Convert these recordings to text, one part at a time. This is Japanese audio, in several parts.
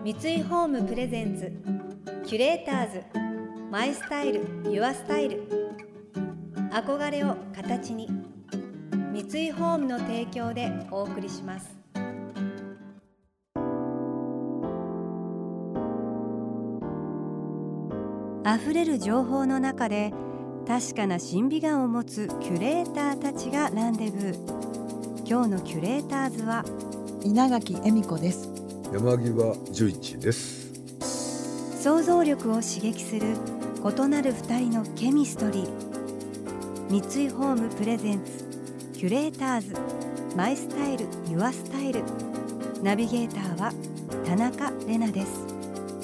三井ホームプレゼンツキュレーターズマイスタイルユアスタイル、憧れを形に、三井ホームの提供でお送りします。あふれる情報の中で確かな審美眼を持つキュレーターたちがランデブー。今日のキュレーターズは稲垣恵美子です。 山際十一です。 想像力を刺激する異なる二人のケミストリー。三井ホームプレゼンツキュレーターズマイスタイルユアスタイル、ナビゲーターは田中れなです。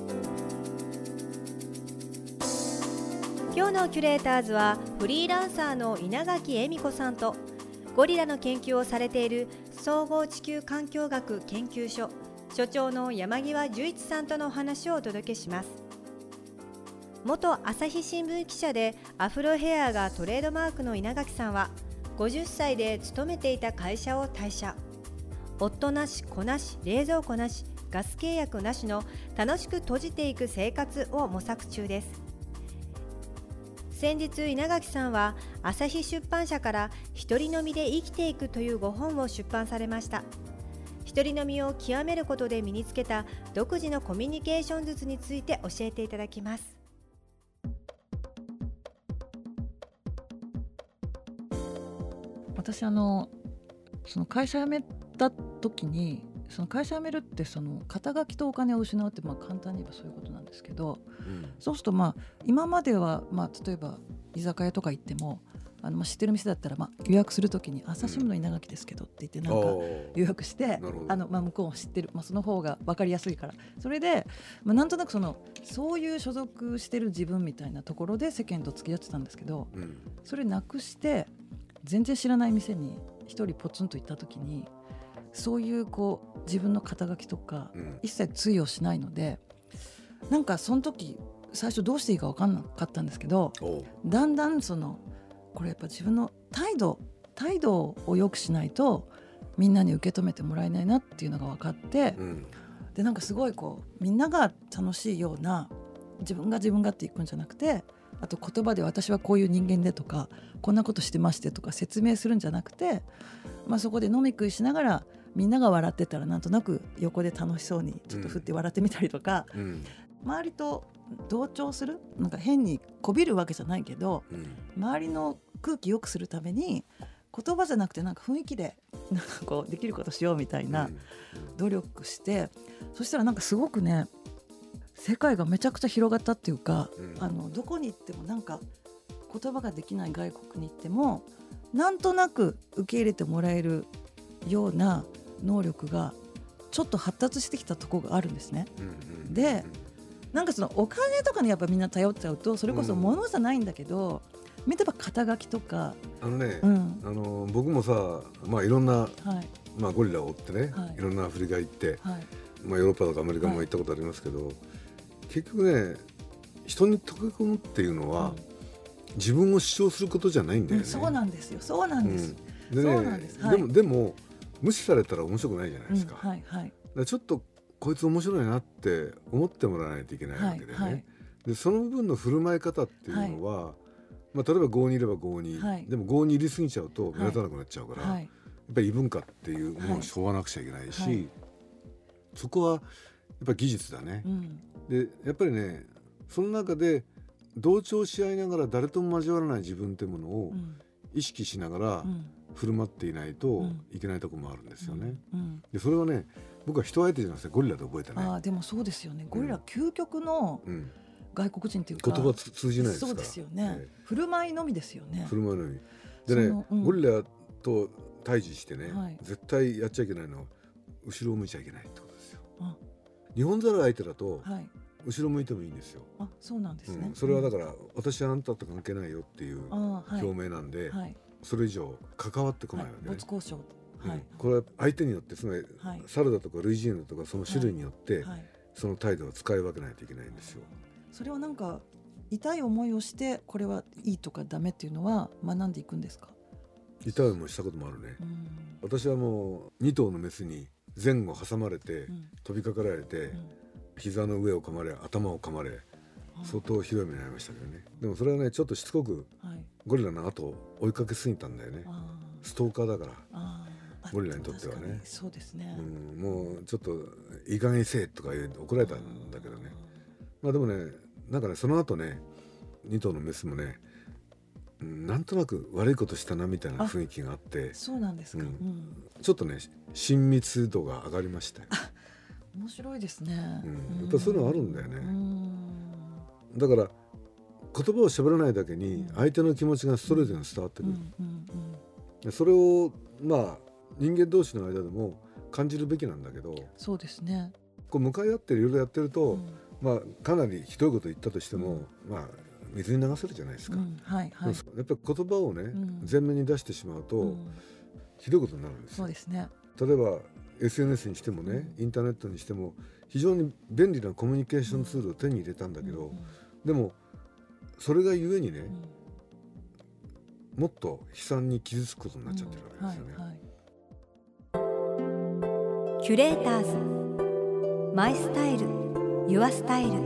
今日のキュレーターズはフリーランサーの稲垣恵美子さんとゴリラの研究をされている総合地球環境学研究所所長の山際十一さんとのお話をお届けします。元朝日新聞記者でアフロヘアがトレードマークの稲垣さんは50歳で勤めていた会社を退社。夫なし子なし冷蔵庫なしガス契約なしの楽しく閉じていく生活を模索中です。先日稲垣さんは朝日出版社から一人飲みで生きていくという5本を出版されました。一人飲みを極めることで身につけた独自のコミュニケーション術について教えていただきます。 私その会社辞めた時に、その会社辞めるってその肩書きとお金を失うって、簡単に言えばそういうことなんですけど、そうすると今までは例えば居酒屋とか行っても知ってる店だったら予約するときに朝日新聞の稲垣ですけどって言ってなんか予約して向こうも知ってる、その方が分かりやすいから、それで、なんとなくそういう所属してる自分みたいなところで世間と付き合ってたんですけど、それなくして全然知らない店に一人ポツンと行ったときに、そういう自分の肩書きとか一切通用しないので、なんかその時最初どうしていいか分かんなかったんですけど、だんだんこれやっぱ自分の態度を良くしないとみんなに受け止めてもらえないなっていうのが分かって、でなんかすごいみんなが楽しいような自分がっていくんじゃなくて、あと言葉で私はこういう人間でとかこんなことしてましてとか説明するんじゃなくて、そこで飲み食いしながらみんなが笑ってたらなんとなく横で楽しそうにちょっと振って笑ってみたりとか、周りと同調する、なんか変にこびるわけじゃないけど、周りの空気良くするために言葉じゃなくてなんか雰囲気でなんかできることしようみたいな努力して、そしたらなんかすごくね、世界がめちゃくちゃ広がったっていうか、どこに行ってもなんか言葉ができない外国に行ってもなんとなく受け入れてもらえるような能力がちょっと発達してきたところがあるんですね。でなんかお金とかにやっぱみんな頼っちゃうと、それこそ物じゃないんだけど、見てば肩書きとか僕もさ、いろんな、ゴリラを追ってね、いろんなアフリカ行って、ヨーロッパとかアメリカも行ったことありますけど、結局ね、人に溶け込むっていうのは、自分を主張することじゃないんだよね。 そうなんですよ、そうなんです、 でね、でも無視されたら面白くないじゃないですか。だからちょっとこいつ面白いなって思ってもらわないといけないわけでね、でその部分の振る舞い方っていうのは、例えば郷にいれば郷に、でも郷に入りすぎちゃうと目立たなくなっちゃうから、やっぱり異文化っていうものをしょうがなくちゃいけないし、そこはやっぱり技術だね、でやっぱりね、その中で同調し合いながら誰とも交わらない自分というものを意識しながら振る舞っていないといけないところもあるんですよね。でそれはね、僕は人相手じゃなくてゴリラで覚えたね。 でもそうですよね、ゴリラ究極の外国人というか、 言葉通じないですから。 そうですよね、振る舞いのみですよね。 振る舞いのみでね、ゴリラと対峙してね、絶対やっちゃいけないのは後ろを向いちゃいけないってことですよ。日本猿相手だと、後ろ向いてもいいんですよ。 そうなんですね。 それはだから、私はあんたと関係ないよっていう表明なんで、それ以上関わってこないわけね。 没交渉、 これは相手によって、つまり猿だとか類人猿だとかその種類によって、その態度を使い分けないといけないんですよ。 それはなんか痛い思いをしてこれはいいとかダメっていうのは学んでいくんですか？ 痛い思いしたこともあるね。私はもう2頭のメスに前後挟まれて、飛びかかられて、 膝の上を噛まれ頭を噛まれ相当ひどい目に遭いましたけどね。でもそれはねちょっとしつこくゴリラの後を追いかけすぎたんだよね。ストーカーだからゴリラにとってはね。 そうですね、 もうちょっといい加減にせえとか怒られたんだけどね。まあでもねなんかねその後ね2頭のメスもねなんとなく悪いことしたなみたいな雰囲気があって。 そうなんですか、 ちょっとね親密度が上がりましたよ。 面白いですね、 やっぱそういうのあるんだよね。だから言葉を喋らないだけに相手の気持ちがストレートに伝わってくる、それをまあ人間同士の間でも感じるべきなんだけど。 そうですね。 こう向かい合っていろいろやってると、まあかなりひどいこと言ったとしても、まあ水に流せるじゃないですか、やっぱり言葉をね、前面に出してしまうと、ひどいことになるんですよ。 そうですね。 例えば SNS にしてもね、インターネットにしても非常に便利なコミュニケーションツールを手に入れたんだけど、でもそれがゆえにね、もっと悲惨に傷つくことになっちゃってるわけですよね。 キュレーターズマイスタイルユアスタイル。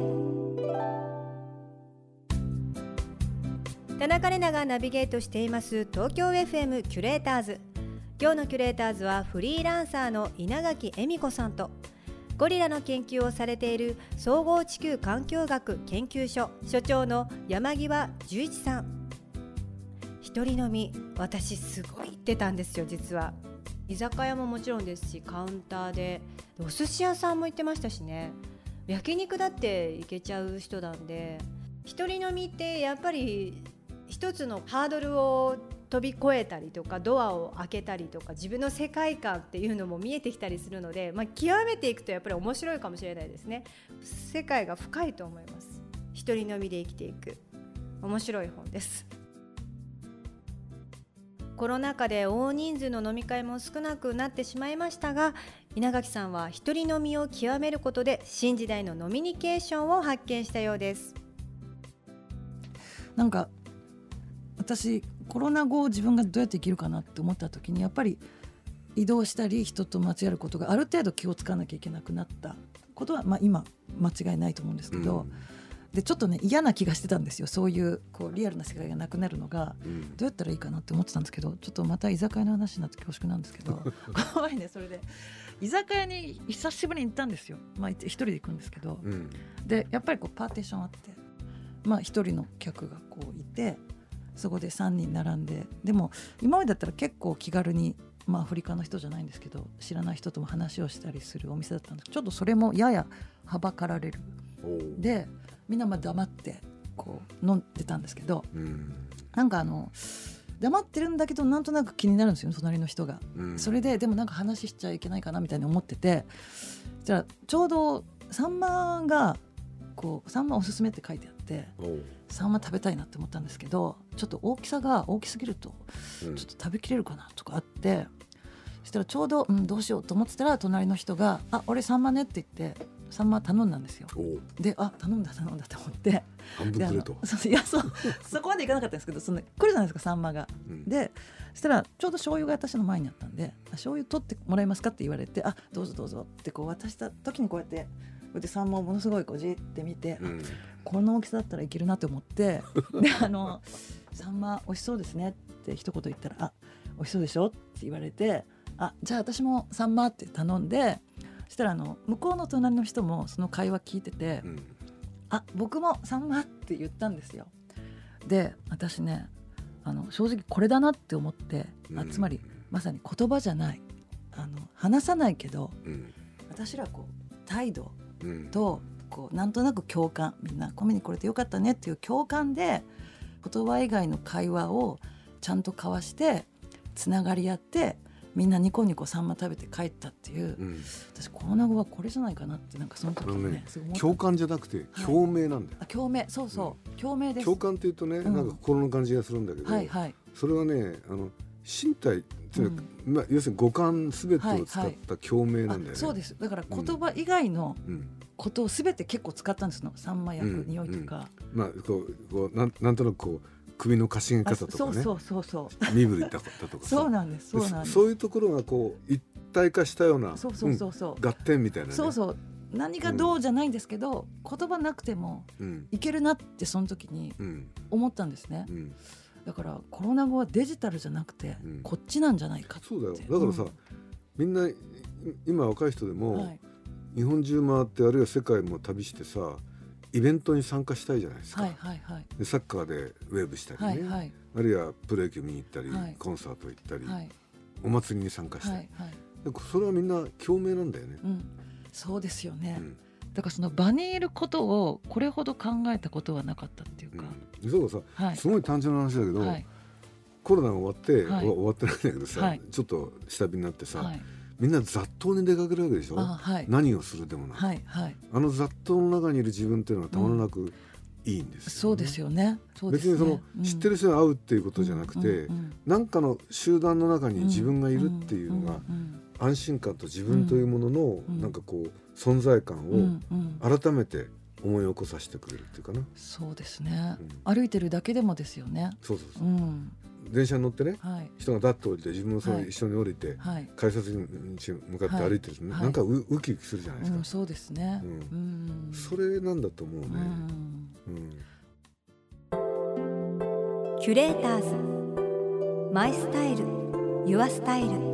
田中玲奈がナビゲートしています東京 FM キュレーターズ。今日のキュレーターズはフリーランサーの稲垣恵美子さんとゴリラの研究をされている総合地球環境学研究所所長の山際十一さん。一人飲み私すごい行ってたんですよ。実は居酒屋ももちろんですし、カウンターでお寿司屋さんも行ってましたしね。焼肉だって行けちゃう人なんで、一人飲みってやっぱり一つのハードルを飛び越えたりとかドアを開けたりとか自分の世界観っていうのも見えてきたりするので、極めていくとやっぱり面白いかもしれないですね。世界が深いと思います。一人飲みで生きていく面白い本です。コロナ禍で大人数の飲み会も少なくなってしまいましたが、稲垣さんは一人飲みを極めることで新時代の飲みニケーションを発見したようです。 なんか私コロナ後自分がどうやって生きるかなって思った時に、やっぱり移動したり人と間違えることがある程度気をつかなきゃいけなくなったことは、今間違いないと思うんですけど、でちょっとね嫌な気がしてたんですよ。そういうリアルな世界がなくなるのがどうやったらいいかなって思ってたんですけど、ちょっとまた居酒屋の話になって恐縮なんですけど怖いね。それで居酒屋に久しぶりに行ったんですよ。一人で行くんですけど、でやっぱりパーテーションあって、一人の客がいて、そこで3人並んで、でも今までだったら結構気軽に、アフリカの人じゃないんですけど知らない人とも話をしたりするお店だったんですけど、ちょっとそれもややはばかられるで、みんな黙って飲んでたんですけど、なんか黙ってるんだけどなんとなく気になるんですよ、隣の人が、それででもなんか話しちゃいけないかなみたいに思ってて、じゃあちょうどサンマがサンマおすすめって書いてあって、サンマ食べたいなって思ったんですけど、ちょっと大きさが大きすぎるとちょっと食べきれるかなとかあって、そしたらちょうど、どうしようと思ってたら隣の人が俺サンマねって言ってサンマ頼んだんですよ。で頼んだと思って半分くれと。 いやそこまでいかなかったんですけど、来るじゃないですかサンマが、でそしたらちょうど醤油が私の前にあったんで、醤油取ってもらえますかって言われて、どうぞどうぞって渡した時にこうやってサンマをものすごいじってみて、この大きさだったらいけるなと思ってでサンマ美味しそうですねって一言言ったら、美味しそうでしょって言われて、じゃあ私もサンマって頼んで、そしたら向こうの隣の人もその会話聞いてて、僕もサンマって言ったんですよ。で私ね正直これだなって思って、つまりまさに言葉じゃない話さないけど、私ら態度となんとなく共感、みんなコミュに来れてよかったねっていう共感で言葉以外の会話をちゃんと交わしてつながり合って、みんなニコニコサンマ食べて帰ったっていう、私コロナ後はこれじゃないかなって、なんかその時にね共感じゃなくて共鳴なんだよ。 共鳴、そうそう、共鳴です。 共感っていうとね、なんか心の感じがするんだけど、それはね身体要するに五感すべてを使った共鳴なんだよね。 そうです。だから言葉以外のことをすべて結構使ったんですの。サンマ焼く匂いとか、 なんとなく首のかしげ方とかね、 そう身振りだとかそうなんです、 そういうところが一体化したような合点みたいなね。 そう何がどうじゃないんですけど、言葉なくてもいけるなってその時に思ったんですね、だからコロナ後はデジタルじゃなくてこっちなんじゃないかって。 そうだよ。だからさ、みんな今若い人でも日本中回ってあるいは世界も旅してさ、イベントに参加したいじゃないですか、でサッカーでウェーブしたりね、あるいはプロ野球見に行ったり、コンサート行ったり、お祭りに参加したり、それはみんな共鳴なんだよね、 そうですよね、だからその場にいることをこれほど考えたことはなかったっていうか、 そうさ、すごい単純な話だけど、コロナが終わって、終わってないんだけどさ、ちょっと下火になってさ、みんな雑踏に出かけるわけでしょ、何をするでもない、あの雑踏の中にいる自分っていうのはたまらなくいいんですよね、 そうですよね。 別にその、知ってる人に会うっていうことじゃなくて、何かの集団の中に自分がいるっていうのが、安心感と自分というものの、なんかこう存在感を改めて思い起こさせてくれるっていうかな。 そうですね、歩いてるだけでもですよね。 そう、電車に乗ってね、人がダッと降りて自分もそれ一緒に降りて、改札に向かって歩いてる、なんかウキウキするじゃないですか、 そうですね、 それなんだと思うね、 キュレーターズマイスタイルユアスタイル。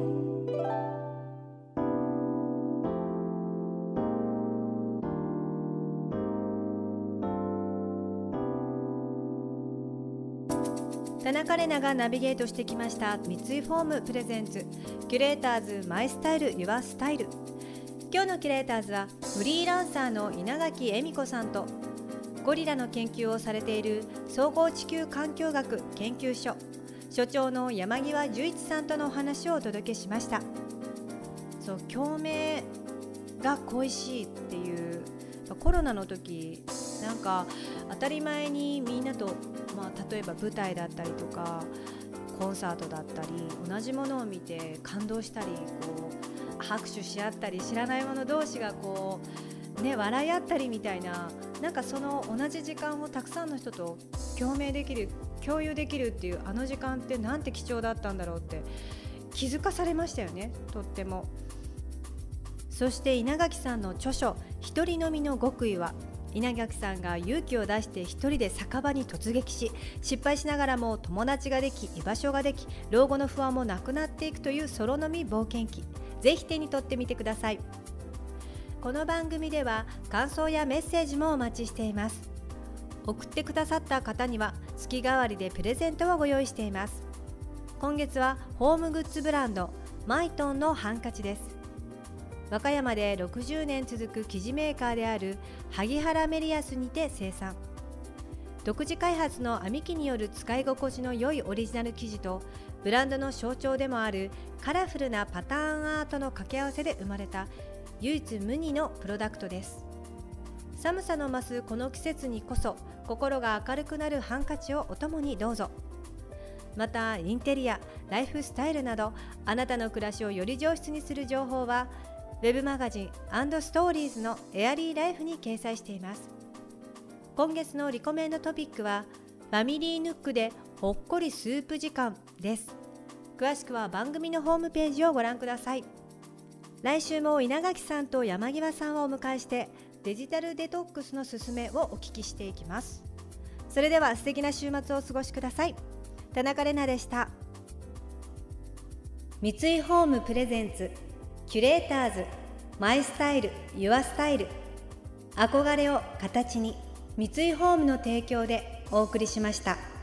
田中玲奈がナビゲートしてきました三井フォームプレゼンツキュレーターズマイスタイルユアスタイル。今日のキュレーターズはフリーランサーの稲垣恵美子さんとゴリラの研究をされている総合地球環境学研究所所長の山際十一さんとのお話をお届けしました。そう、共鳴が恋しいっていうコロナの時なんか当たり前にみんなと、例えば舞台だったりとかコンサートだったり同じものを見て感動したりこう拍手し合ったり知らない者同士がこう、笑い合ったりみたいな、なんかその同じ時間をたくさんの人と共有できるっていうあの時間ってなんて貴重だったんだろうって気づかされましたよね、とっても。そして稲垣さんの著書一人飲みの極意は稲垣さんが勇気を出して一人で酒場に突撃し失敗しながらも友達ができ居場所ができ老後の不安もなくなっていくというソロ飲み冒険記、ぜひ手に取ってみてください。この番組では感想やメッセージもお待ちしています。送ってくださった方には月替わりでプレゼントをご用意しています。今月はホームグッズブランドマイトンのハンカチです。和歌山で60年続く生地メーカーである萩原メリアスにて生産。独自開発の編み機による使い心地の良いオリジナル生地とブランドの象徴でもあるカラフルなパターンアートの掛け合わせで生まれた唯一無二のプロダクトです。寒さの増すこの季節にこそ心が明るくなるハンカチをお供にどうぞ。またインテリア、ライフスタイルなどあなたの暮らしをより上質にする情報はウェブマガジン&ストーリーズのエアリーライフに掲載しています。今月のリコメンドトピックはファミリーヌックでほっこりスープ時間です。詳しくは番組のホームページをご覧ください。来週も稲垣さんと山際さんをお迎えしてデジタルデトックスのすすめをお聞きしていきます。それでは素敵な週末をお過ごしください。田中玲奈でした。三井ホームプレゼンツキュレーターズマイスタイルユアスタイル、憧れを形に三井ホームの提供でお送りしました。